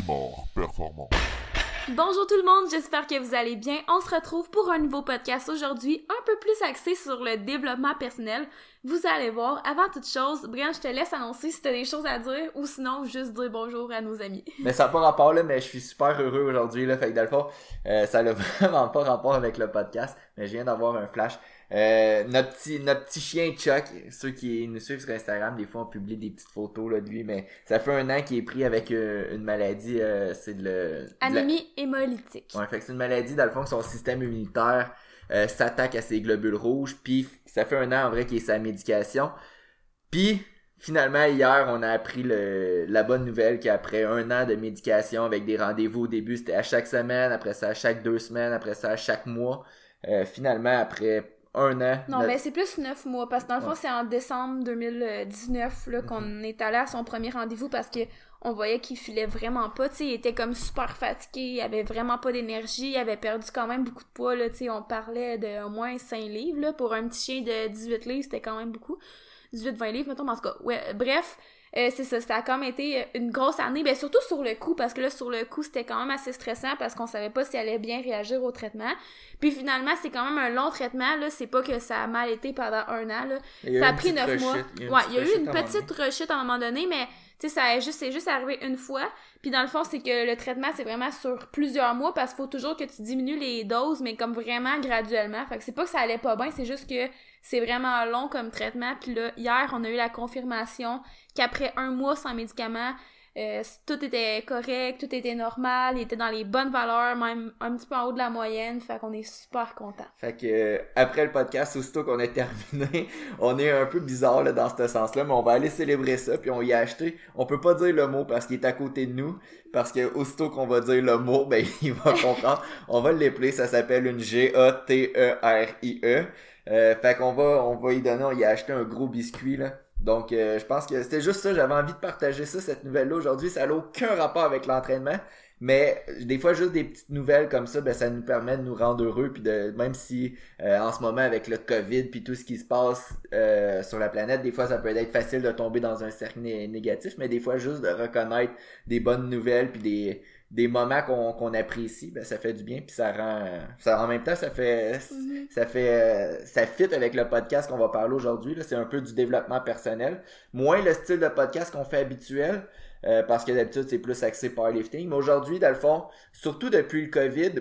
Clément, performant. Bonjour tout le monde, j'espère que vous allez bien. On se retrouve pour un nouveau podcast aujourd'hui, un peu plus axé sur le développement personnel. Vous allez voir, avant toute chose, Brian, je te laisse annoncer si tu as des choses à dire ou sinon juste dire bonjour à nos amis. Mais ça n'a pas rapport là, mais je suis super heureux aujourd'hui là, fait que dans le fond, ça n'a vraiment pas rapport avec le podcast, mais je viens d'avoir un flash. Notre petit chien Chuck, ceux qui nous suivent sur Instagram, des fois on publie des petites photos là, de lui, mais ça fait 1 an qu'il est pris avec une maladie, c'est Anémie hémolytique. Ouais, fait que c'est une maladie dans le fond que son système immunitaire s'attaque à ses globules rouges, puis ça fait 1 an en vrai qu'il est sa médication. Puis finalement hier on a appris la bonne nouvelle qu'après 1 an de médication avec des rendez-vous au début c'était à chaque semaine, après ça à chaque 2 semaines, après ça à chaque mois, finalement après 1 an. Non, ben c'est plus 9 mois, parce que dans le fond, c'est en décembre 2019 là, qu'on est allé à son premier rendez-vous parce que on voyait qu'il filait vraiment pas, tu sais, il était comme super fatigué, il avait vraiment pas d'énergie, il avait perdu quand même beaucoup de poids, là, tu sais, on parlait de au moins 5 livres, là, pour un petit chien de 18 livres, c'était quand même beaucoup. 18-20 livres, mettons, en tout cas, ouais, bref, c'est ça, ça a quand même été une grosse année, ben surtout sur le coup, parce que là, sur le coup, c'était quand même assez stressant, parce qu'on savait pas s'il allait bien réagir au traitement, puis finalement, c'est quand même un long traitement, là, c'est pas que ça a mal été pendant 1 an, là, ça a pris 9 mois. Ouais, il y a eu une petite rechute à un moment donné, mais tu sais, c'est juste arrivé une fois, puis dans le fond, c'est que le traitement, c'est vraiment sur plusieurs mois, parce qu'il faut toujours que tu diminues les doses, mais comme vraiment graduellement, fait que c'est pas que ça allait pas bien, c'est juste que c'est vraiment long comme traitement, puis là, hier, on a eu la confirmation qu'après 1 mois sans médicaments, tout était correct, tout était normal, il était dans les bonnes valeurs, même un petit peu en haut de la moyenne, fait qu'on est super contents. Fait que après le podcast, aussitôt qu'on a terminé, on est un peu bizarre là, dans ce sens-là, mais on va aller célébrer ça, puis on y a acheté, on peut pas dire le mot parce qu'il est à côté de nous, parce que aussitôt qu'on va dire le mot, ben il va comprendre, on va l'appeler, ça s'appelle une Gaterie. Fait qu'on va y donner, on y a acheté un gros biscuit là. Donc je pense que c'était juste ça, j'avais envie de partager ça, cette nouvelle-là aujourd'hui, ça n'a aucun rapport avec l'entraînement, mais des fois juste des petites nouvelles comme ça, ben ça nous permet de nous rendre heureux, puis de même si en ce moment avec le COVID puis tout ce qui se passe sur la planète, des fois ça peut être facile de tomber dans un cercle négatif, mais des fois juste de reconnaître des bonnes nouvelles puis des moments qu'on apprécie, ben ça fait du bien, puis ça en même temps ça fit avec le podcast qu'on va parler aujourd'hui là, c'est un peu du développement personnel, moins le style de podcast qu'on fait habituel, parce que d'habitude c'est plus axé powerlifting, mais aujourd'hui dans le fond, surtout depuis le COVID,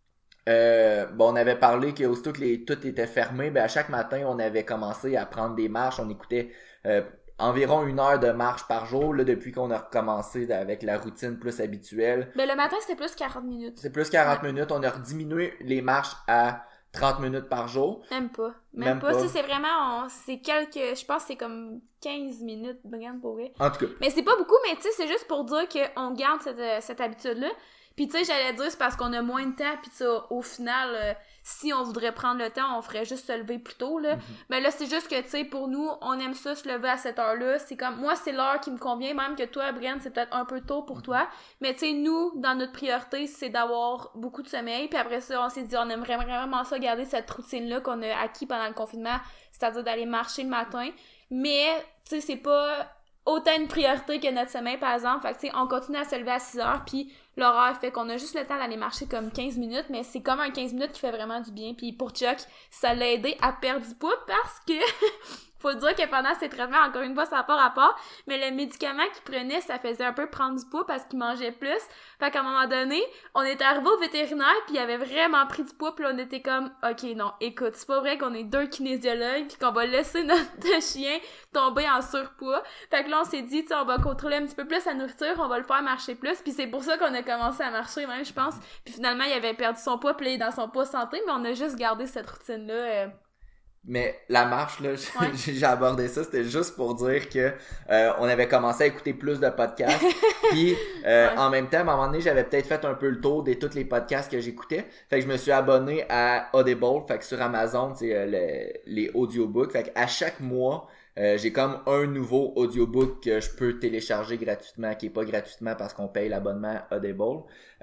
on avait parlé qu'aussitôt que tout était fermé, ben à chaque matin on avait commencé à prendre des marches, on écoutait environ 1 heure de marche par jour, là, depuis qu'on a recommencé avec la routine plus habituelle. Mais le matin, c'était plus 40 minutes. C'est plus 40 minutes. On a rediminué les marches à 30 minutes par jour. Même pas. Même pas. Si c'est vraiment, je pense que c'est comme 15 minutes, Brian, pour vrai. En tout cas. Mais c'est pas beaucoup, mais tu sais, c'est juste pour dire qu'on garde cette habitude-là. Puis tu sais, j'allais dire, c'est parce qu'on a moins de temps, puis tu sais, au final, si on voudrait prendre le temps, on ferait juste se lever plus tôt, là. Mais là, c'est juste que, tu sais, pour nous, on aime ça, se lever à cette heure-là. C'est comme, moi, c'est l'heure qui me convient, même que toi, Brian, c'est peut-être un peu tôt pour toi. Mais tu sais, nous, dans notre priorité, c'est d'avoir beaucoup de sommeil. Puis après ça, on s'est dit, on aimerait vraiment ça, garder cette routine-là qu'on a acquis pendant le confinement, c'est-à-dire d'aller marcher le matin. Mais, tu sais, c'est pas autant une priorité que notre sommeil, par exemple. Fait que, tu sais, on continue à se lever à 6 heures, puis l'horaire fait qu'on a juste le temps d'aller marcher comme 15 minutes, mais c'est comme un 15 minutes qui fait vraiment du bien. Puis pour Chuck, ça l'a aidé à perdre du poids parce que faut dire que pendant ses traitements, encore une fois, ça n'a pas rapport, mais le médicament qu'il prenait, ça faisait un peu prendre du poids parce qu'il mangeait plus. Fait qu'à un moment donné, on est arrivé au vétérinaire, puis il avait vraiment pris du poids, puis là, on était comme, ok, non, écoute, c'est pas vrai qu'on est 2 kinésiologues, puis qu'on va laisser notre chien tomber en surpoids. Fait que là, on s'est dit, tu sais, on va contrôler un petit peu plus sa nourriture, on va le faire marcher plus, puis c'est pour ça qu'on a commencé à marcher même, je pense. Puis finalement, il avait perdu son poids, puis là, il est dans son poids santé, mais on a juste gardé cette routine-là. Mais la marche, là, j'ai abordé ça, c'était juste pour dire que on avait commencé à écouter plus de podcasts. Puis en même temps, à un moment donné, j'avais peut-être fait un peu le tour de tous les podcasts que j'écoutais. Fait que je me suis abonné à Audible, fait que sur Amazon, c'est les audiobooks. Fait que à chaque mois, j'ai comme un nouveau audiobook que je peux télécharger gratuitement, qui est pas gratuitement parce qu'on paye l'abonnement Audible.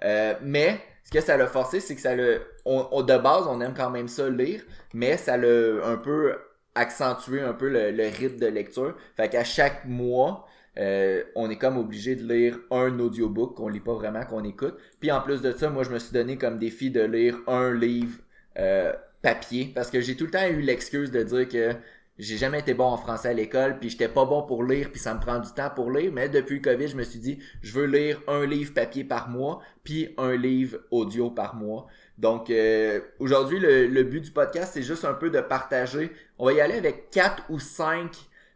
Mais ce que ça l'a forcé, c'est que de base, on aime quand même ça lire, mais ça l'a un peu accentué un peu le rythme de lecture. Fait qu'à chaque mois, on est comme obligé de lire un audiobook qu'on lit pas vraiment, qu'on écoute. Puis en plus de ça, moi je me suis donné comme défi de lire un livre papier, parce que j'ai tout le temps eu l'excuse de dire que j'ai jamais été bon en français à l'école, puis j'étais pas bon pour lire, puis ça me prend du temps pour lire, mais depuis le COVID, je me suis dit, je veux lire un livre papier par mois, puis un livre audio par mois. Donc aujourd'hui, le but du podcast, c'est juste un peu de partager. On va y aller avec 4 ou 5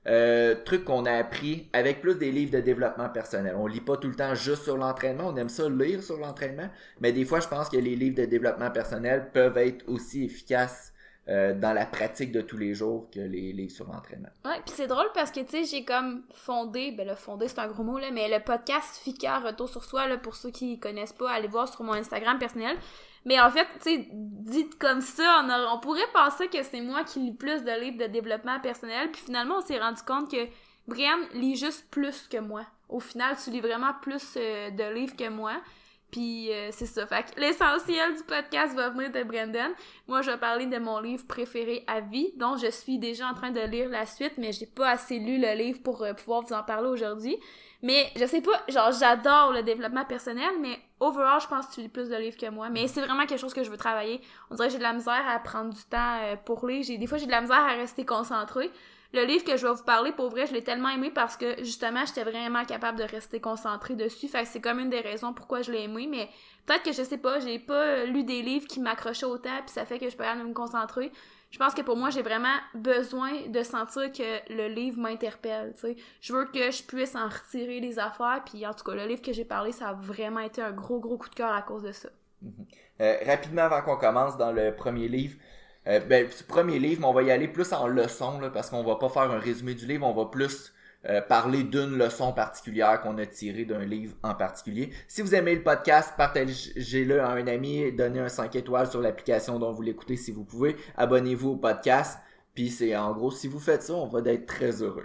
trucs qu'on a appris avec plus des livres de développement personnel. On lit pas tout le temps juste sur l'entraînement, on aime ça lire sur l'entraînement, mais des fois, je pense que les livres de développement personnel peuvent être aussi efficaces dans la pratique de tous les jours que les livres sur l'entraînement. Ouais, pis c'est drôle parce que, tu sais, j'ai comme fondé, fondé c'est un gros mot, là, mais le podcast FICA, Retour sur soi, là, pour ceux qui connaissent pas, allez voir sur mon Instagram personnel. Mais en fait, tu sais, dit comme ça, on pourrait penser que c'est moi qui lis plus de livres de développement personnel, puis finalement, on s'est rendu compte que Brianne lit juste plus que moi. Au final, tu lis vraiment plus de livres que moi. Puis c'est ça. Fait que l'essentiel du podcast va venir de Brandon. Moi, je vais parler de mon livre préféré à vie, dont je suis déjà en train de lire la suite, mais j'ai pas assez lu le livre pour pouvoir vous en parler aujourd'hui. Mais je sais pas, genre j'adore le développement personnel, mais overall, je pense que tu lis plus de livres que moi. Mais c'est vraiment quelque chose que je veux travailler. On dirait que j'ai de la misère à prendre du temps pour lire. Des fois, j'ai de la misère à rester concentrée. Le livre que je vais vous parler, pour vrai, je l'ai tellement aimé parce que, justement, j'étais vraiment capable de rester concentrée dessus. Fait que c'est comme une des raisons pourquoi je l'ai aimé, mais peut-être que, je sais pas, j'ai pas lu des livres qui m'accrochaient autant, puis ça fait que je peux pas me concentrer. Je pense que pour moi, j'ai vraiment besoin de sentir que le livre m'interpelle, tu sais. Je veux que je puisse en retirer des affaires, puis en tout cas, le livre que j'ai parlé, ça a vraiment été un gros coup de cœur à cause de ça. Rapidement, avant qu'on commence dans le premier livre, ce premier livre, on va y aller plus en leçon, là, parce qu'on va pas faire un résumé du livre, on va plus parler d'une leçon particulière qu'on a tirée d'un livre en particulier. Si vous aimez le podcast, partagez-le à un ami, donnez un 5 étoiles sur l'application dont vous l'écoutez si vous pouvez, abonnez-vous au podcast, puis c'est en gros, si vous faites ça, on va être très heureux.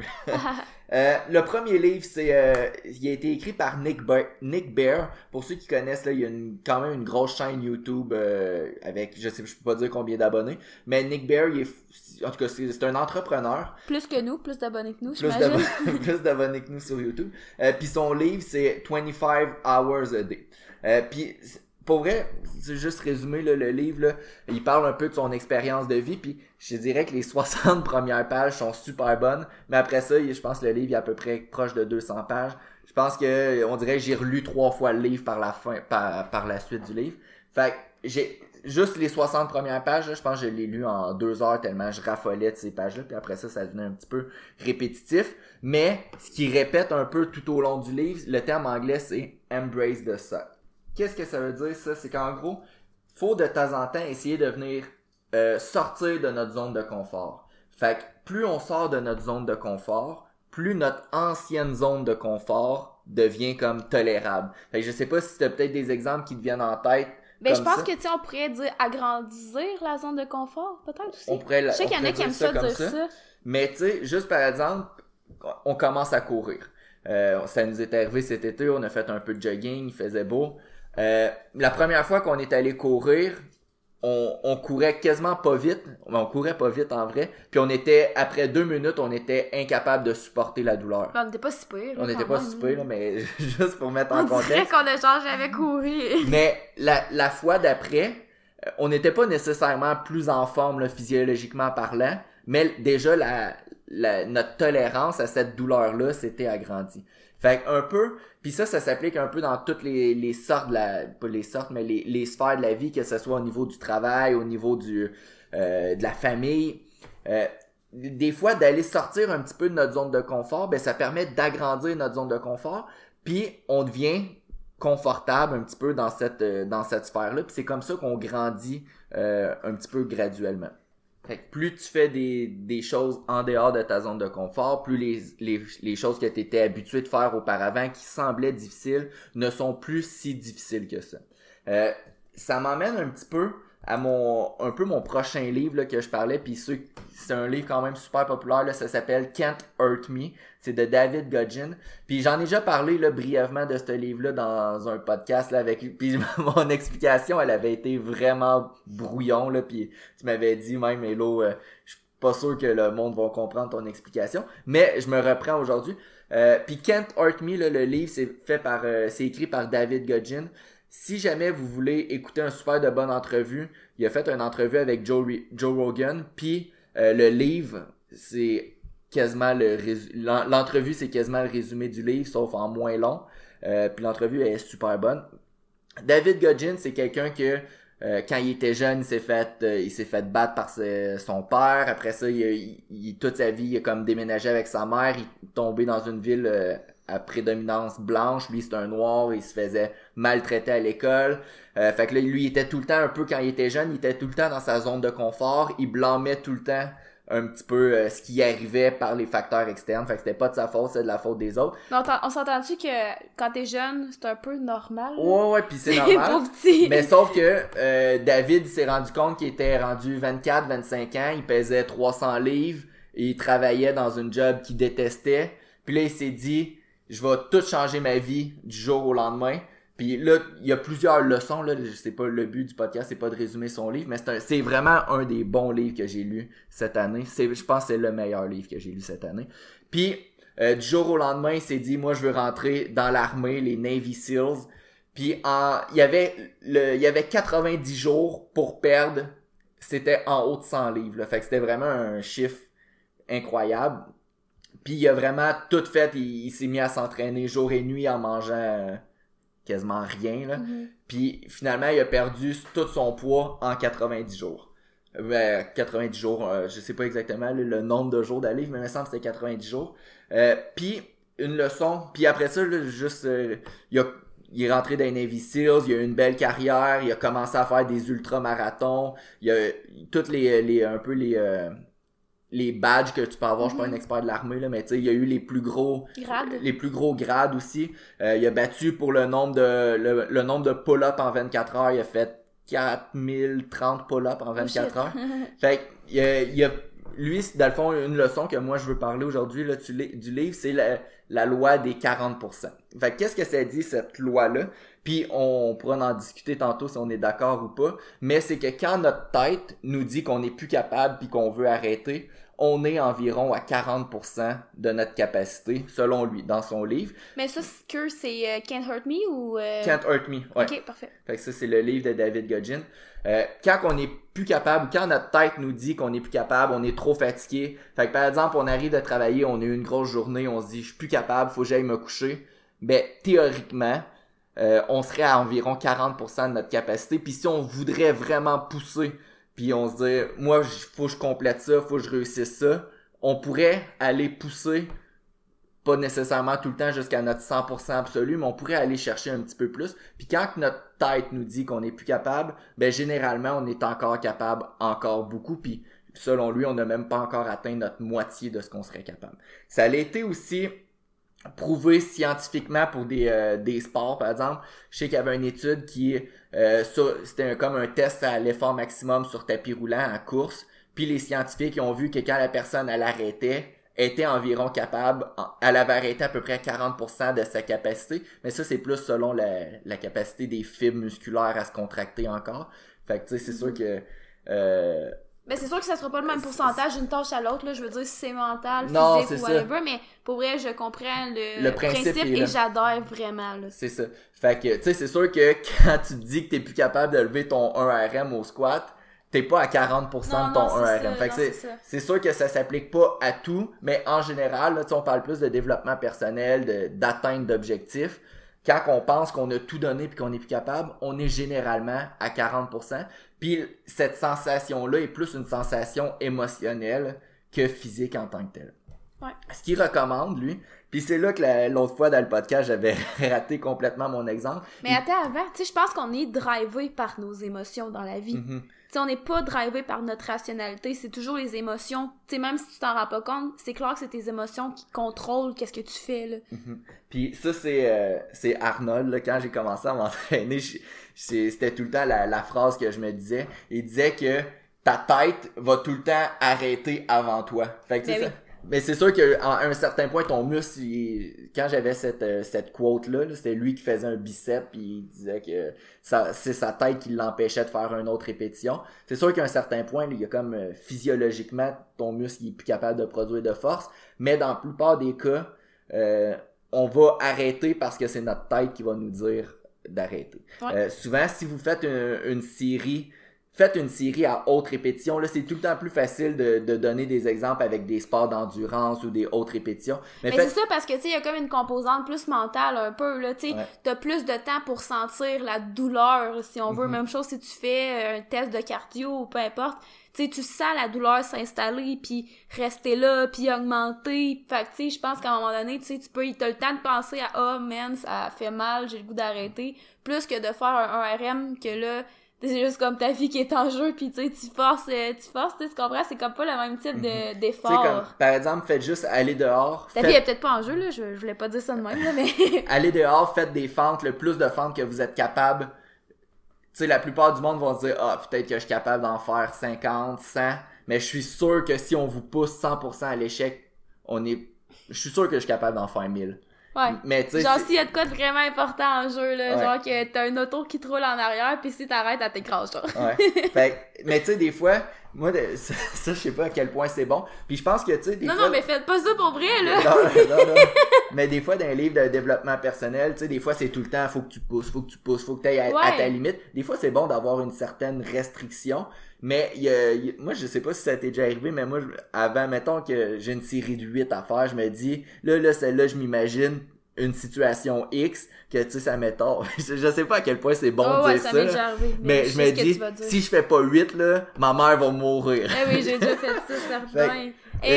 Le premier livre, il a été écrit par Nick Bare. Pour ceux qui connaissent, là, il y a quand même une grosse chaîne YouTube avec, je peux pas dire combien d'abonnés, mais Nick Bare, en tout cas, c'est un entrepreneur. Plus que nous, plus d'abonnés que nous, j'imagine. Plus d'abonnés que nous sur YouTube. Puis son livre, c'est 25 Hours a Day. Puis pour vrai, c'est juste résumé là, le livre, là, il parle un peu de son expérience de vie, puis je dirais que les 60 premières pages sont super bonnes, mais après ça, je pense que le livre est à peu près proche de 200 pages. Je pense que on dirait que j'ai relu 3 fois le livre par la suite du livre. Fait que j'ai juste les 60 premières pages, là, je pense que je l'ai lu en 2 heures tellement je raffolais de ces pages-là, puis après ça devenait un petit peu répétitif. Mais ce qui répète un peu tout au long du livre, le terme anglais c'est « embrace the suck ». Qu'est-ce que ça veut dire, ça? C'est qu'en gros, faut de temps en temps essayer de venir sortir de notre zone de confort. Fait que plus on sort de notre zone de confort, plus notre ancienne zone de confort devient comme tolérable. Fait que je sais pas si t'as peut-être des exemples qui te viennent en tête. Ben, je pense que, tu sais, on pourrait dire agrandir la zone de confort, peut-être aussi. Je sais qu'il y en a qui aiment ça dire ça. Mais tu sais, juste par exemple, on commence à courir. Ça nous est arrivé cet été, on a fait un peu de jogging, il faisait beau. La première fois qu'on est allé courir, on courait quasiment pas vite, on courait pas vite en vrai, puis après 2 minutes, on était incapable de supporter la douleur. On n'était pas si pire. On n'était pas si pire, là, mais juste pour mettre en contexte. On dirait qu'on a genre jamais couru. Mais la fois d'après, on n'était pas nécessairement plus en forme là, physiologiquement parlant, mais déjà notre tolérance à cette douleur-là s'était agrandie. Fait un peu, puis ça s'applique un peu dans toutes les sortes pas les sortes, mais les sphères de la vie, que ce soit au niveau du travail, au niveau de la famille. Des fois, d'aller sortir un petit peu de notre zone de confort, ben ça permet d'agrandir notre zone de confort, puis on devient confortable un petit peu dans cette sphère-là, puis c'est comme ça qu'on grandit un petit peu graduellement. Fait que plus tu fais des choses en dehors de ta zone de confort, plus les choses que tu étais habitué de faire auparavant qui semblaient difficiles ne sont plus si difficiles que ça. Ça m'emmène un petit peu à mon prochain livre là, que je parlais, puis c'est un livre quand même super populaire, là, ça s'appelle Can't Hurt Me, c'est de David Goggin, puis j'en ai déjà parlé là, brièvement de ce livre-là dans un podcast là, puis mon explication elle avait été vraiment brouillon, là, puis tu m'avais dit même Hello, je suis pas sûr que le monde va comprendre ton explication, mais je me reprends aujourd'hui. Puis Can't Hurt Me, là, le livre, c'est écrit par David Goggin. Si jamais vous voulez écouter un super de bonne entrevue, il a fait une entrevue avec Joe Rogan, puis le livre, c'est quasiment l'entrevue, c'est quasiment le résumé du livre, sauf en moins long. Puis l'entrevue est super bonne. David Goggin, c'est quelqu'un que quand il était jeune, il s'est fait battre par son père. Après ça, toute sa vie, il a comme déménagé avec sa mère. Il est tombé dans une ville à prédominance blanche. Lui, c'est un noir. Il se faisait maltraiter à l'école. Fait que là, lui, il était tout le temps un peu, quand il était jeune, il était tout le temps dans sa zone de confort. Il blâmait tout le temps un petit peu ce qui arrivait par les facteurs externes. Fait que c'était pas de sa faute, c'est de la faute des autres. Mais on s'entend-tu que quand t'es jeune, c'est un peu normal? Ouais, pis c'est normal. Pauvre petit. Mais sauf que David s'est rendu compte qu'il était rendu 24-25 ans, il pesait 300 livres, et il travaillait dans une job qu'il détestait. Puis là, il s'est dit, je vais tout changer ma vie du jour au lendemain. Puis là, il y a plusieurs leçons, là, c'est pas le but du podcast, c'est pas de résumer son livre, mais c'est vraiment un des bons livres que j'ai lu cette année. Je pense que c'est le meilleur livre que j'ai lu cette année. Puis du jour au lendemain, il s'est dit, moi je veux rentrer dans l'armée, les Navy Seals. Puis il y avait 90 jours pour perdre, c'était en haut de 100 livres, là. Fait que c'était vraiment un chiffre incroyable. Puis il a vraiment tout fait, il s'est mis à s'entraîner jour et nuit en mangeant quasiment rien, là. Puis finalement, il a perdu tout son poids en 90 jours. 90 jours, je sais pas exactement le nombre de jours d'aller, mais il me semble que c'était 90 jours. Puis une leçon, puis après ça, là, juste, il est rentré dans les Navy Seals, il a eu une belle carrière, il a commencé à faire des ultramarathons, il a toutes les badges que tu peux avoir, je suis pas un expert de l'armée, là, mais tu sais, il y a eu les plus gros grades aussi. Il a battu pour le nombre de pull-ups en 24 heures, il a fait 4030 pull-ups en 24 heures. Fait que, lui, dans le fond, une leçon que moi je veux parler aujourd'hui là, du livre, c'est la loi des 40%. Fait que qu'est-ce que ça dit, cette loi-là? Puis on pourra en discuter tantôt si on est d'accord ou pas, mais c'est que quand notre tête nous dit qu'on n'est plus capable puis qu'on veut arrêter, on est environ à 40% de notre capacité, selon lui, dans son livre. Mais ça, c'est Can't Hurt Me ou... Can't Hurt Me, ouais. Ok, parfait. Fait que ça, c'est le livre de David Goggin. Quand on est plus capable, quand notre tête nous dit qu'on est plus capable, on est trop fatigué. Fait que par exemple, on arrive de travailler, on a eu une grosse journée, on se dit, je suis plus capable, faut que j'aille me coucher. Ben, théoriquement, on serait à environ 40% de notre capacité. Puis si on voudrait vraiment pousser, puis on se dit, moi, faut que je complète ça, faut que je réussisse ça, on pourrait aller pousser, pas nécessairement tout le temps jusqu'à notre 100% absolu, mais on pourrait aller chercher un petit peu plus. Puis quand notre tête nous dit qu'on n'est plus capable, ben généralement, on est encore capable, encore beaucoup, puis selon lui, on n'a même pas encore atteint notre moitié de ce qu'on serait capable. Ça a été aussi prouvé scientifiquement pour des sports, par exemple. Je sais qu'il y avait une étude qui c'était comme un test à l'effort maximum sur tapis roulant en course, puis les scientifiques ont vu que quand la personne elle arrêtait, était environ capable, elle avait arrêté à peu près 40% de sa capacité, mais ça c'est plus selon la capacité des fibres musculaires à se contracter encore. Fait que tu sais, c'est sûr que mais c'est sûr que ça sera pas le même pourcentage d'une tâche à l'autre, là. Je veux dire, si c'est mental, non, physique ou whatever, mais pour vrai, je comprends le principe et j'adore vraiment, là. C'est ça. Fait que, tu sais, c'est sûr que quand tu te dis que t'es plus capable de lever ton 1RM au squat, t'es pas à 40% de ton 1RM. Fait que c'est sûr que ça s'applique pas à tout, mais en général, là, on parle plus de développement personnel, d'atteinte d'objectifs. Quand on pense qu'on a tout donné puis qu'on est plus capable, on est généralement à 40%. Puis cette sensation-là est plus une sensation émotionnelle que physique en tant que telle. Ouais. Ce qu'il recommande, lui, puis c'est là que l'autre fois dans le podcast, j'avais raté complètement mon exemple. Mais attends, avant, tu sais, je pense qu'on est drivé par nos émotions dans la vie. Mm-hmm. Tu sais, on n'est pas drivé par notre rationalité, c'est toujours les émotions. Tu sais, même si tu t'en rends pas compte, c'est clair que c'est tes émotions qui contrôlent qu'est-ce que tu fais, là. Mm-hmm. Puis ça, c'est Arnold, là, quand j'ai commencé à m'entraîner, c'était tout le temps la phrase que je me disais. Il disait que ta tête va tout le temps arrêter avant toi. Fait que, oui. Mais c'est sûr qu'à un certain point, ton muscle, quand j'avais cette quote-là, c'était lui qui faisait un bicep, puis il disait que c'est sa tête qui l'empêchait de faire une autre répétition. C'est sûr qu'à un certain point, il y a comme physiologiquement, ton muscle il est plus capable de produire de force, mais dans la plupart des cas, on va arrêter parce que c'est notre tête qui va nous dire d'arrêter. Ouais. Souvent, si vous faites une série, faites une série à haute répétition. Là, c'est tout le temps plus facile de donner des exemples avec des sports d'endurance ou des hautes répétitions. Mais c'est ça parce que, tu sais, il y a comme une composante plus mentale un peu, là, tu sais. Ouais. T'as plus de temps pour sentir la douleur, si on veut. Même chose si tu fais un test de cardio ou peu importe. Tu sais, tu sens la douleur s'installer, puis rester là, puis augmenter. Fait que, tu sais, je pense qu'à un moment donné, tu sais, t'as le temps de penser à « Ah, man, ça fait mal, j'ai le goût d'arrêter », plus que de faire un RM que là, c'est juste comme ta vie qui est en jeu, puis tu sais, tu forces, tu sais, tu comprends? C'est comme pas le même type d'effort. Tu sais, comme, par exemple, faites juste aller dehors. Ta vie est peut-être pas en jeu, là, je voulais pas dire ça de même, là, mais... Allez dehors, faites des fentes, le plus de fentes que vous êtes capable. Tu sais, la plupart du monde vont se dire « Ah, peut-être que je suis capable d'en faire 50, 100. » Mais je suis sûr que si on vous pousse 100% à l'échec, je suis sûr que je suis capable d'en faire 1000. Ouais. Mais tu sais, genre, s'il y a de quoi de vraiment important en jeu, là, ouais. genre que t'as une auto qui te roule en arrière, pis si t'arrêtes, elle t'écrase, genre. Ouais. Mais tu sais, des fois, moi, ça, je sais pas à quel point c'est bon. Puis je pense que, tu sais, des fois... Non, mais faites pas ça pour vrai, là! Non. Mais des fois, dans les livres de développement personnel, tu sais, des fois, c'est tout le temps, faut que tu pousses, faut que tu ailles à ta limite. Des fois, c'est bon d'avoir une certaine restriction. Mais moi, je sais pas si ça t'est déjà arrivé, mais moi, avant, mettons que j'ai une série de 8 à faire, je me dis, là, celle-là, je m'imagine une situation X, que tu sais, ça m'étonne. Je sais pas à quel point c'est bon de dire ça. Arrivé, mais je me dis, si je fais pas 8, là, ma mère va mourir. Eh oui, j'ai déjà fait ça, certain.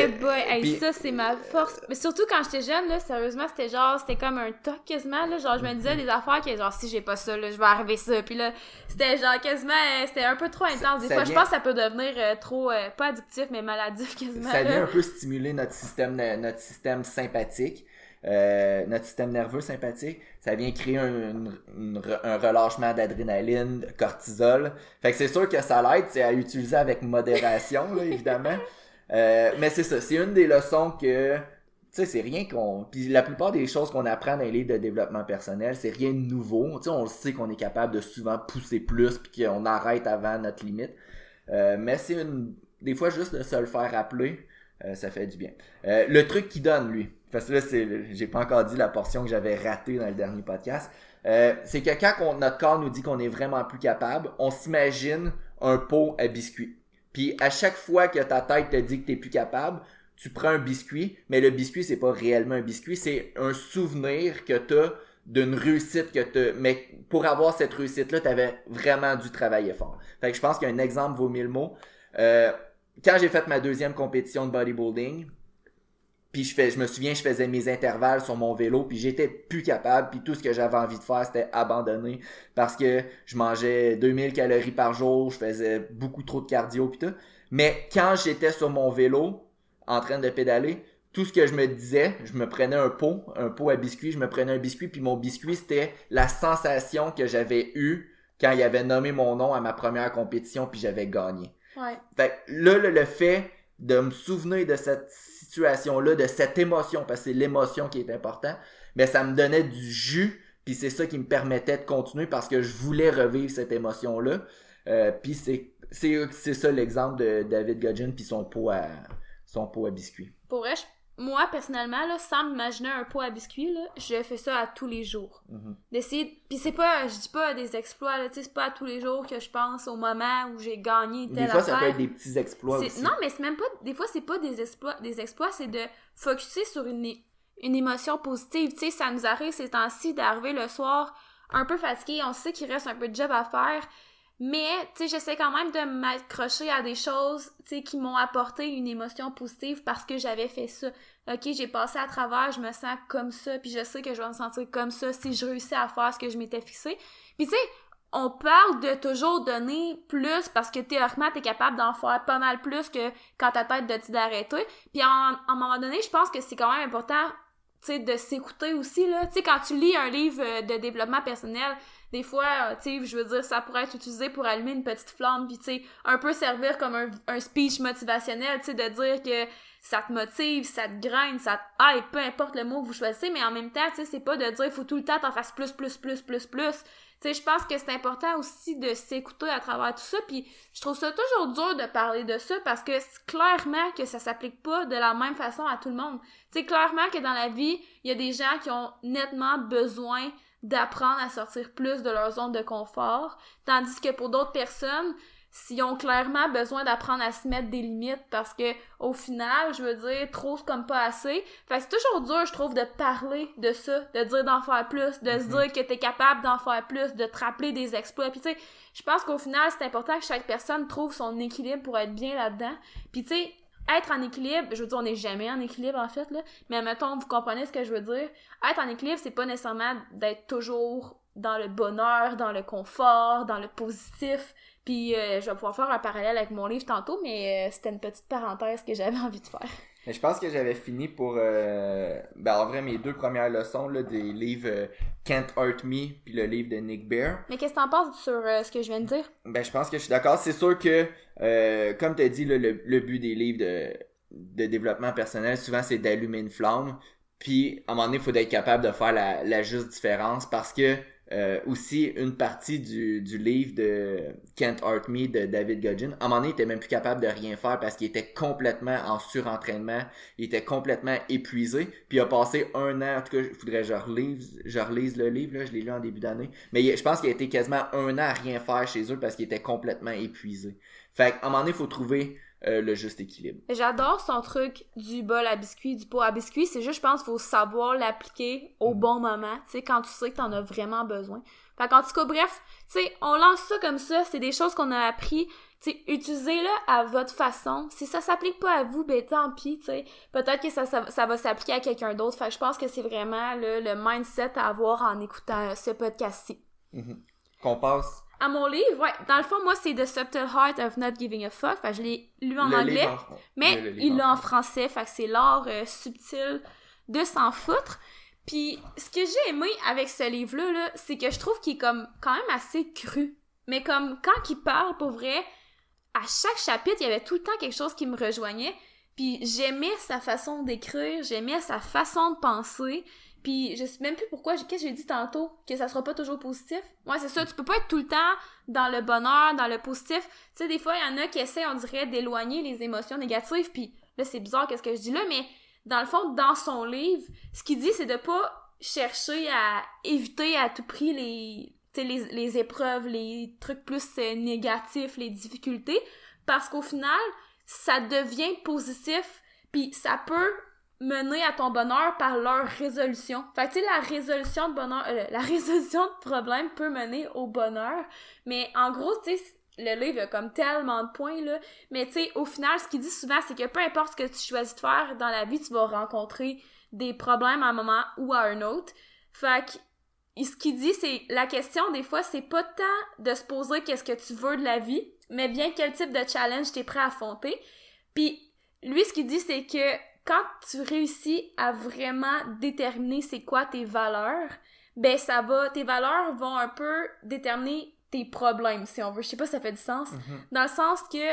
Ça, c'est ma force. Mais surtout quand j'étais jeune, là, sérieusement, c'était comme un toc quasiment, là. Genre, je me disais des affaires que, genre, si j'ai pas ça, là, je vais arriver ça. Puis là, c'était genre quasiment, c'était un peu trop intense. Des fois, je pense que ça peut devenir trop, pas addictif, mais maladif quasiment. Ça vient un peu stimuler notre système sympathique. Notre système nerveux sympathique, ça vient créer un relâchement d'adrénaline, de cortisol. Fait que c'est sûr que ça l'aide, c'est à utiliser avec modération, là, évidemment. Mais c'est ça, c'est une des leçons que, tu sais, c'est rien puis la plupart des choses qu'on apprend dans les livres de développement personnel, c'est rien de nouveau. Tu sais, on le sait qu'on est capable de souvent pousser plus puis qu'on arrête avant notre limite. Mais c'est des fois juste de se le faire rappeler, ça fait du bien. Le truc qu'il donne, lui, parce que là, j'ai pas encore dit la portion que j'avais ratée dans le dernier podcast, c'est que quand notre corps nous dit qu'on est vraiment plus capable, on s'imagine un pot à biscuits. Puis à chaque fois que ta tête te dit que t'es plus capable, tu prends un biscuit, mais le biscuit, c'est pas réellement un biscuit, c'est un souvenir que t'as d'une réussite mais pour avoir cette réussite-là, t'avais vraiment dû travailler fort. Fait que je pense qu'un exemple vaut 1000 mots. Quand j'ai fait ma deuxième compétition de bodybuilding, puis je me souviens, je faisais mes intervalles sur mon vélo, puis j'étais plus capable, puis tout ce que j'avais envie de faire, c'était abandonner, parce que je mangeais 2000 calories par jour, je faisais beaucoup trop de cardio, puis tout. Mais quand j'étais sur mon vélo, en train de pédaler, tout ce que je me disais, je me prenais un pot à biscuits, je me prenais un biscuit, puis mon biscuit, c'était la sensation que j'avais eue quand il avait nommé mon nom à ma première compétition, puis j'avais gagné. Ouais. Fait que là, le fait de me souvenir de cette situation-là, de cette émotion, parce que c'est l'émotion qui est important, mais ça me donnait du jus, puis c'est ça qui me permettait de continuer parce que je voulais revivre cette émotion-là. Puis c'est ça l'exemple de David Goggin puis son pot à biscuits. Pour vrai, moi, personnellement, là, sans m'imaginer un pot à biscuits, là, je fais ça à tous les jours. D'essayer... Puis c'est pas... Je dis pas des exploits, là, tu sais, c'est pas à tous les jours que je pense au moment où j'ai gagné telle affaire. Des fois, ça peut être des petits exploits aussi. Non, mais c'est même pas... Des fois, c'est pas des exploits, c'est de focusser sur une émotion positive. Tu sais, ça nous arrive ces temps-ci d'arriver le soir un peu fatigué. On sait qu'il reste un peu de job à faire. Mais, tu sais, j'essaie quand même de m'accrocher à des choses, tu sais, qui m'ont apporté une émotion positive parce que j'avais fait ça. OK, j'ai passé à travers, je me sens comme ça, puis je sais que je vais me sentir comme ça si je réussis à faire ce que je m'étais fixé. Puis, tu sais, on parle de toujours donner plus parce que théoriquement, t'es capable d'en faire pas mal plus que quand ta tête de d'arrêter. Puis, à un moment donné, je pense que c'est quand même important, tu sais, de s'écouter aussi, là. Tu sais, quand tu lis un livre de développement personnel, des fois, tu sais, je veux dire, ça pourrait être utilisé pour allumer une petite flamme, puis tu sais, un peu servir comme un speech motivationnel, tu sais, de dire que ça te motive, ça te graine, ça te hype, peu importe le mot que vous choisissez, mais en même temps, tu sais, c'est pas de dire faut tout le temps t'en fasses plus. Tu sais, je pense que c'est important aussi de s'écouter à travers tout ça, puis je trouve ça toujours dur de parler de ça parce que c'est clairement que ça s'applique pas de la même façon à tout le monde. Tu sais, clairement que dans la vie, il y a des gens qui ont nettement besoin d'apprendre à sortir plus de leur zone de confort, tandis que pour d'autres personnes, s'ils ont clairement besoin d'apprendre à se mettre des limites parce que au final, je veux dire, trop c'est comme pas assez. Fait que c'est toujours dur, je trouve, de parler de ça, de dire d'en faire plus, de se dire que t'es capable d'en faire plus, de te rappeler des exploits. Puis tu sais, je pense qu'au final, c'est important que chaque personne trouve son équilibre pour être bien là-dedans. Puis tu sais, être en équilibre, je veux dire, on n'est jamais en équilibre en fait, là, mais admettons, vous comprenez ce que je veux dire. Être en équilibre, c'est pas nécessairement d'être toujours dans le bonheur, dans le confort, dans le positif. Puis je vais pouvoir faire un parallèle avec mon livre tantôt, mais c'était une petite parenthèse que j'avais envie de faire. Mais je pense que j'avais fini pour en vrai mes 2 premières leçons là, des livres Can't Hurt Me puis le livre de Nick Bare. Mais qu'est-ce que t'en penses sur ce que je viens de dire? Ben je pense que je suis d'accord. C'est sûr que comme tu as dit, là, le but des livres de développement personnel, souvent c'est d'allumer une flamme. Puis à un moment donné, il faut être capable de faire la juste différence parce que aussi une partie du livre de Can't Hurt Me de David Goggin, à un moment donné, il était même plus capable de rien faire parce qu'il était complètement en surentraînement, il était complètement épuisé, puis il a passé 1 an, en tout cas, il faudrait que je relise le livre, là, je l'ai lu en début d'année, mais je pense qu'il a été quasiment 1 an à rien faire chez eux parce qu'il était complètement épuisé. Fait qu'à un moment donné, il faut trouver le juste équilibre. J'adore son truc du bol à biscuits, du pot à biscuits. C'est juste, je pense, qu'il faut savoir l'appliquer au bon moment, tu sais, quand tu sais que t'en as vraiment besoin. Fait qu'en tout cas, bref, tu sais, on lance ça comme ça, c'est des choses qu'on a appris, tu sais, utilisez-le à votre façon. Si ça s'applique pas à vous, ben tant pis, tu sais. Peut-être que ça va s'appliquer à quelqu'un d'autre. Fait que je pense que c'est vraiment le mindset à avoir en écoutant ce podcast-ci. Qu'on passe à mon livre, ouais. Dans le fond, moi, c'est The Subtle Art of Not Giving a Fuck. Fait que je l'ai lu en anglais, mais il l'a en français. Fait que c'est l'art subtil de s'en foutre. Puis, ce que j'ai aimé avec ce livre-là, là, c'est que je trouve qu'il est comme quand même assez cru. Mais comme, quand il parle, pour vrai, à chaque chapitre, il y avait tout le temps quelque chose qui me rejoignait. Puis, j'aimais sa façon d'écrire, j'aimais sa façon de penser. Puis je sais même plus pourquoi, qu'est-ce que j'ai dit tantôt, que ça sera pas toujours positif. Ouais, c'est ça, tu peux pas être tout le temps dans le bonheur, dans le positif. Tu sais, des fois, il y en a qui essaient, on dirait, d'éloigner les émotions négatives, puis là, c'est bizarre qu'est-ce que je dis là, mais dans le fond, dans son livre, ce qu'il dit, c'est de pas chercher à éviter à tout prix les épreuves, les trucs plus négatifs, les difficultés, parce qu'au final, ça devient positif, puis ça peut mener à ton bonheur par leur résolution. Fait que tu sais, la résolution de bonheur, la résolution de problème peut mener au bonheur, mais en gros, tu sais, le livre a comme tellement de points, là, mais tu sais, au final, ce qu'il dit souvent, c'est que peu importe ce que tu choisis de faire dans la vie, tu vas rencontrer des problèmes à un moment ou à un autre. Fait que ce qu'il dit, c'est, la question, des fois, c'est pas tant de se poser qu'est-ce que tu veux de la vie, mais bien quel type de challenge t'es prêt à affronter. Puis, lui, ce qu'il dit, c'est que quand tu réussis à vraiment déterminer c'est quoi tes valeurs, ben tes valeurs vont un peu déterminer tes problèmes, si on veut. Je sais pas si ça fait du sens. Dans le sens que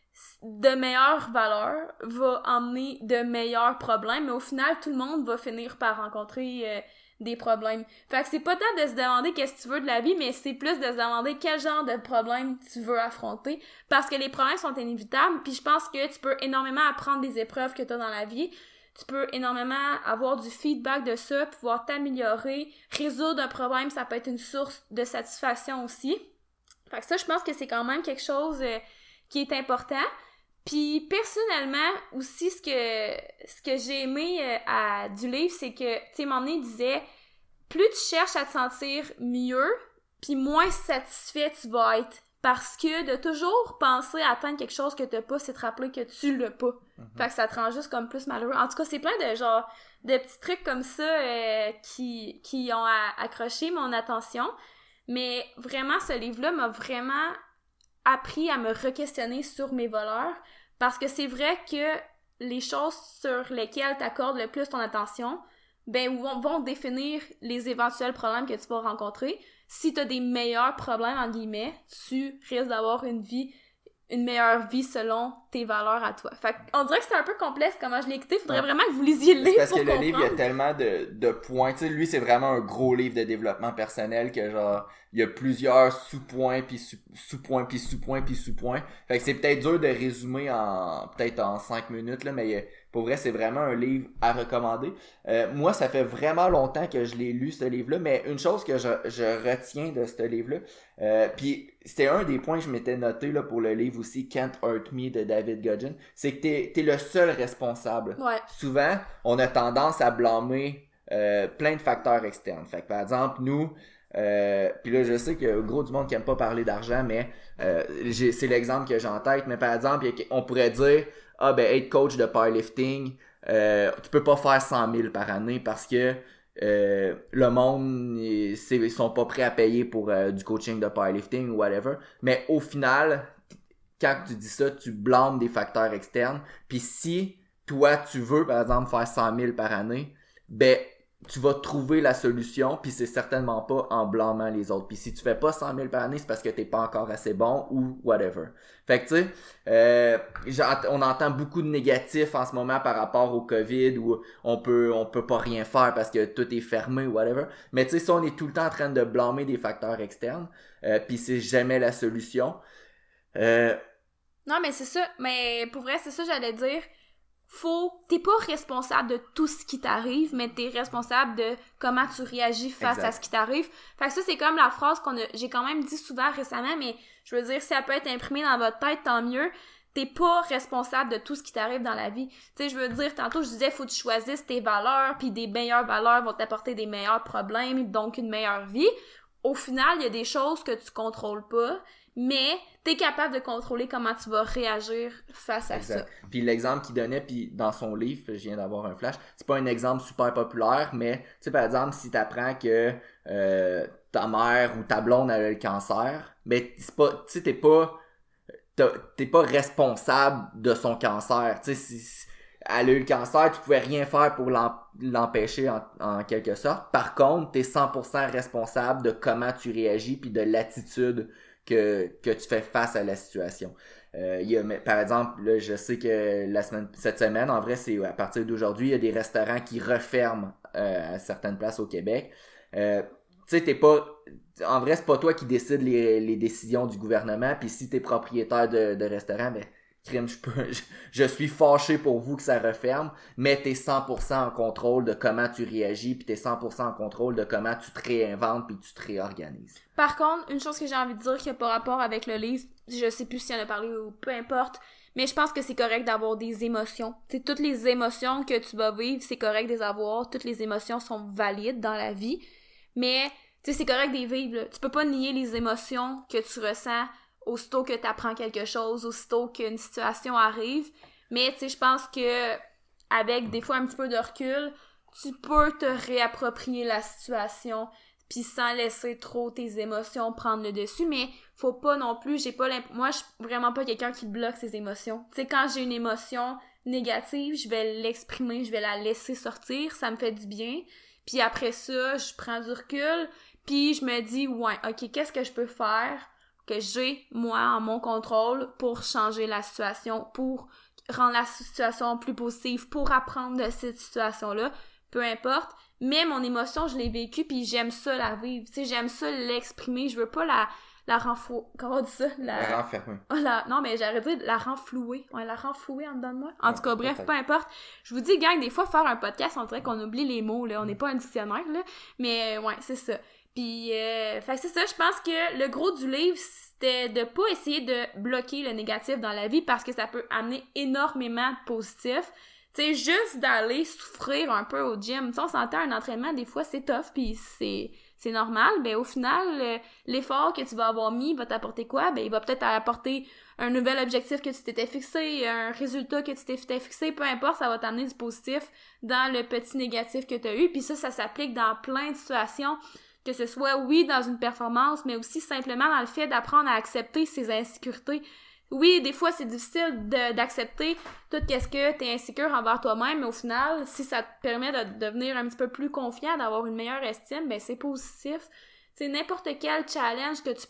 de meilleures valeurs va emmener de meilleurs problèmes, mais au final, tout le monde va finir par rencontrer des problèmes. Fait que c'est pas tant de se demander qu'est-ce que tu veux de la vie, mais c'est plus de se demander quel genre de problème tu veux affronter, parce que les problèmes sont inévitables, puis je pense que tu peux énormément apprendre des épreuves que tu as dans la vie, tu peux énormément avoir du feedback de ça, pouvoir t'améliorer, résoudre un problème, ça peut être une source de satisfaction aussi. Fait que ça, je pense que c'est quand même quelque chose qui est important. Puis personnellement aussi ce que j'ai aimé du livre, c'est que tu sais, mon il disait plus tu cherches à te sentir mieux, puis moins satisfait tu vas être, parce que de toujours penser à atteindre quelque chose que t'as pas, c'est te rappeler que tu l'as pas. Fait que ça te rend juste comme plus malheureux. En tout cas, c'est plein de genre de petits trucs comme ça qui ont accroché mon attention, mais vraiment ce livre-là m'a vraiment appris à me re-questionner sur mes valeurs, parce que c'est vrai que les choses sur lesquelles t'accordes le plus ton attention, ben vont définir les éventuels problèmes que tu vas rencontrer. Si t'as des meilleurs problèmes, en guillemets, tu risques d'avoir une meilleure vie selon tes valeurs à toi. Fait qu'on dirait que c'est un peu complexe comment je l'ai écouté. Faudrait vraiment que vous lisiez le livre parce pour que comprendre. le livre, il y a tellement de points. Tu sais, lui, c'est vraiment un gros livre de développement personnel que genre, il y a plusieurs sous-points, puis sous-points, puis sous-points, puis sous-points. Fait que c'est peut-être dur de résumer peut-être en 5 minutes, là, mais pour vrai, c'est vraiment un livre à recommander. Moi, ça fait vraiment longtemps que je l'ai lu, ce livre-là, mais une chose que je retiens de ce livre-là, puis c'était un des points que je m'étais noté là, pour le livre aussi, Can't Hurt Me de David Goggin, c'est que t'es le seul responsable. Ouais. Souvent, on a tendance à blâmer plein de facteurs externes. Fait que, par exemple, nous, puis là, je sais que gros du monde qui aime pas parler d'argent, mais c'est l'exemple que j'ai en tête, mais par exemple, on pourrait dire être coach de powerlifting, tu peux pas faire 100 000 par année parce que le monde ils sont pas prêts à payer pour du coaching de powerlifting ou whatever. Mais au final, quand tu dis ça, tu blâmes des facteurs externes. Puis si toi, tu veux, par exemple, faire 100 000 par année, ben tu vas trouver la solution, puis c'est certainement pas en blâmant les autres. Puis si tu fais pas 100 000 par année, c'est parce que t'es pas encore assez bon ou whatever. Fait que tu sais, on entend beaucoup de négatifs en ce moment par rapport au COVID, où on peut pas rien faire parce que tout est fermé ou whatever. Mais tu sais, ça, on est tout le temps en train de blâmer des facteurs externes, puis c'est jamais la solution. Non, mais c'est ça. Mais pour vrai, c'est ça j'allais dire. T'es pas responsable de tout ce qui t'arrive, mais t'es responsable de comment tu réagis face à ce qui t'arrive. Fait que ça, c'est comme la phrase j'ai quand même dit souvent récemment, mais je veux dire, si elle peut être imprimée dans votre tête, tant mieux. T'es pas responsable de tout ce qui t'arrive dans la vie. Tu sais, je veux dire, tantôt, je disais, faut que tu choisisses tes valeurs, puis des meilleures valeurs vont t'apporter des meilleurs problèmes, donc une meilleure vie. Au final, il y a des choses que tu contrôles pas, mais t'es capable de contrôler comment tu vas réagir face à ça. Puis l'exemple qu'il donnait, puis dans son livre, je viens d'avoir un flash, c'est pas un exemple super populaire, mais tu sais, par exemple, si t'apprends que ta mère ou ta blonde a le cancer, ben c'est pas, tu sais, t'es pas responsable de son cancer. Tu sais, si elle a eu le cancer, tu pouvais rien faire pour l'empêcher en quelque sorte. Par contre, t'es 100% responsable de comment tu réagis puis de l'attitude que tu fais face à la situation. Par exemple, là, je sais que cette semaine, en vrai, c'est à partir d'aujourd'hui, il y a des restaurants qui referment à certaines places au Québec. Tu sais, en vrai, c'est pas toi qui décides les décisions du gouvernement, puis si t'es propriétaire de restaurant, ben crime, je suis fâché pour vous que ça referme, mais t'es 100% en contrôle de comment tu réagis, puis t'es 100% en contrôle de comment tu te réinventes puis tu te réorganises. Par contre, une chose que j'ai envie de dire qui a pas rapport avec le livre, je sais plus si on a parlé ou peu importe, mais je pense que c'est correct d'avoir des émotions. Tu sais, toutes les émotions que tu vas vivre, c'est correct de les avoir, toutes les émotions sont valides dans la vie, mais tu sais, c'est correct de les vivre, là. Tu peux pas nier les émotions que tu ressens aussitôt que t'apprends quelque chose, aussitôt qu'une situation arrive. Mais, tu sais, je pense que avec des fois un petit peu de recul, tu peux te réapproprier la situation puis sans laisser trop tes émotions prendre le dessus. Mais faut pas non plus, moi, je suis vraiment pas quelqu'un qui bloque ses émotions. Tu sais, quand j'ai une émotion négative, je vais l'exprimer, je vais la laisser sortir, ça me fait du bien. Puis après ça, je prends du recul, puis je me dis, ouais, ok, qu'est-ce que je peux faire que j'ai, moi, en mon contrôle pour changer la situation, pour rendre la situation plus positive, pour apprendre de cette situation-là, peu importe. Mais mon émotion, je l'ai vécue, puis j'aime ça la vivre. Tu sais, j'aime ça l'exprimer. Je veux pas la renflouer. Comment on dit ça? La renfermer. Non, mais j'aurais dit la renflouer. Ouais, la renflouer en dedans de moi. En tout cas, bref, peu importe. Je vous dis, gang, des fois, faire un podcast, on dirait qu'on oublie les mots, là. On n'est pas un dictionnaire, là. Mais, ouais, c'est ça. Puis, fait que c'est ça, je pense que le gros du livre, c'était de pas essayer de bloquer le négatif dans la vie parce que ça peut amener énormément de positif. Tu sais, juste d'aller souffrir un peu au gym. Tu sais, on s'entend, un entraînement, des fois, c'est tough, puis c'est normal. Ben, au final, l'effort que tu vas avoir mis va t'apporter quoi? Ben, il va peut-être apporter un nouvel objectif que tu t'étais fixé, un résultat que tu t'étais fixé, peu importe, ça va t'amener du positif dans le petit négatif que tu as eu. Puis ça s'applique dans plein de situations. Que ce soit, oui, dans une performance, mais aussi simplement dans le fait d'apprendre à accepter ses insécurités. oui, des fois, c'est difficile d'accepter tout ce que t'es insécure envers toi-même, mais au final, si ça te permet de devenir un petit peu plus confiant, d'avoir une meilleure estime, ben c'est positif. Tu sais, n'importe quel challenge que tu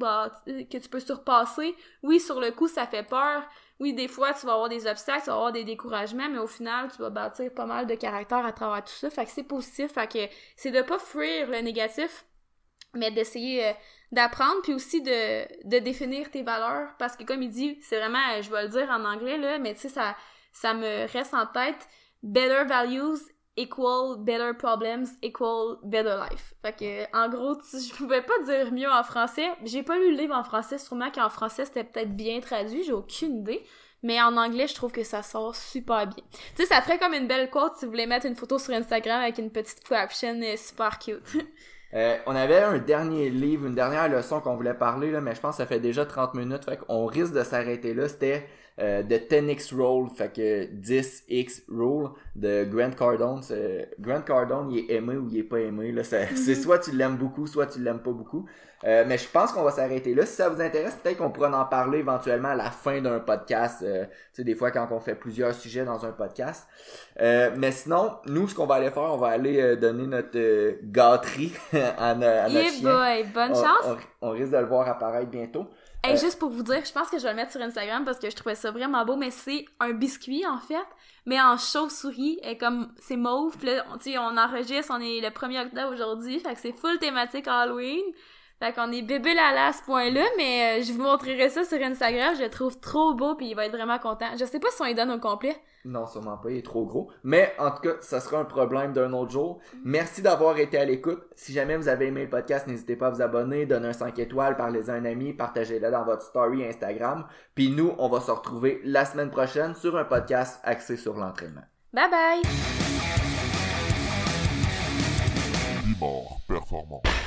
peux surpasser, oui, sur le coup, ça fait peur. Oui, des fois, tu vas avoir des obstacles, tu vas avoir des découragements, mais au final, tu vas bâtir pas mal de caractère à travers tout ça. Fait que c'est positif, fait que c'est de pas fuir le négatif, mais d'essayer d'apprendre, puis aussi de définir tes valeurs, parce que comme il dit, c'est vraiment, je vais le dire en anglais, là, mais tu sais, ça me reste en tête, better values equal better problems equal better life. Fait que, en gros, je pouvais pas dire mieux en français. J'ai pas lu le livre en français, sûrement qu'en français, c'était peut-être bien traduit, j'ai aucune idée. Mais en anglais, je trouve que ça sort super bien. Tu sais, ça ferait comme une belle quote si vous voulez mettre une photo sur Instagram avec une petite caption super cute. On avait un dernier livre, une dernière leçon qu'on voulait parler, là, mais je pense que ça fait déjà 30 minutes, fait qu'on risque de s'arrêter là. C'était de 10x Rule, fait que 10x Rule de Grant Cardone. Grant Cardone, il est aimé ou il est pas aimé, là. C'est soit tu l'aimes beaucoup, soit tu l'aimes pas beaucoup. Mais je pense qu'on va s'arrêter là. Si ça vous intéresse, peut-être qu'on pourra en parler éventuellement à la fin d'un podcast. Tu sais, des fois quand on fait plusieurs sujets dans un podcast. Mais sinon, nous, ce qu'on va aller faire, on va aller donner notre gâterie à notre chien. Boy, bonne chance! On risque de le voir apparaître bientôt. Hey, juste pour vous dire, je pense que je vais le mettre sur Instagram parce que je trouvais ça vraiment beau, mais c'est un biscuit, en fait, mais en chauve-souris, et comme c'est mauve, pis là, on enregistre, on est le 1er octobre aujourd'hui, fait que c'est full thématique Halloween, fait qu'on est bébé lala à ce point-là, mais je vous montrerai ça sur Instagram, je le trouve trop beau, puis il va être vraiment content. Je sais pas si on les donne au complet. Non, sûrement pas, il est trop gros. Mais en tout cas, ça sera un problème d'un autre jour. Merci d'avoir été à l'écoute. Si jamais vous avez aimé le podcast, n'hésitez pas à vous abonner, donner un 5 étoiles, parlez-en à un ami, partagez-le dans votre story Instagram. Puis nous, on va se retrouver la semaine prochaine sur un podcast axé sur l'entraînement. Bye bye! Bimor performant.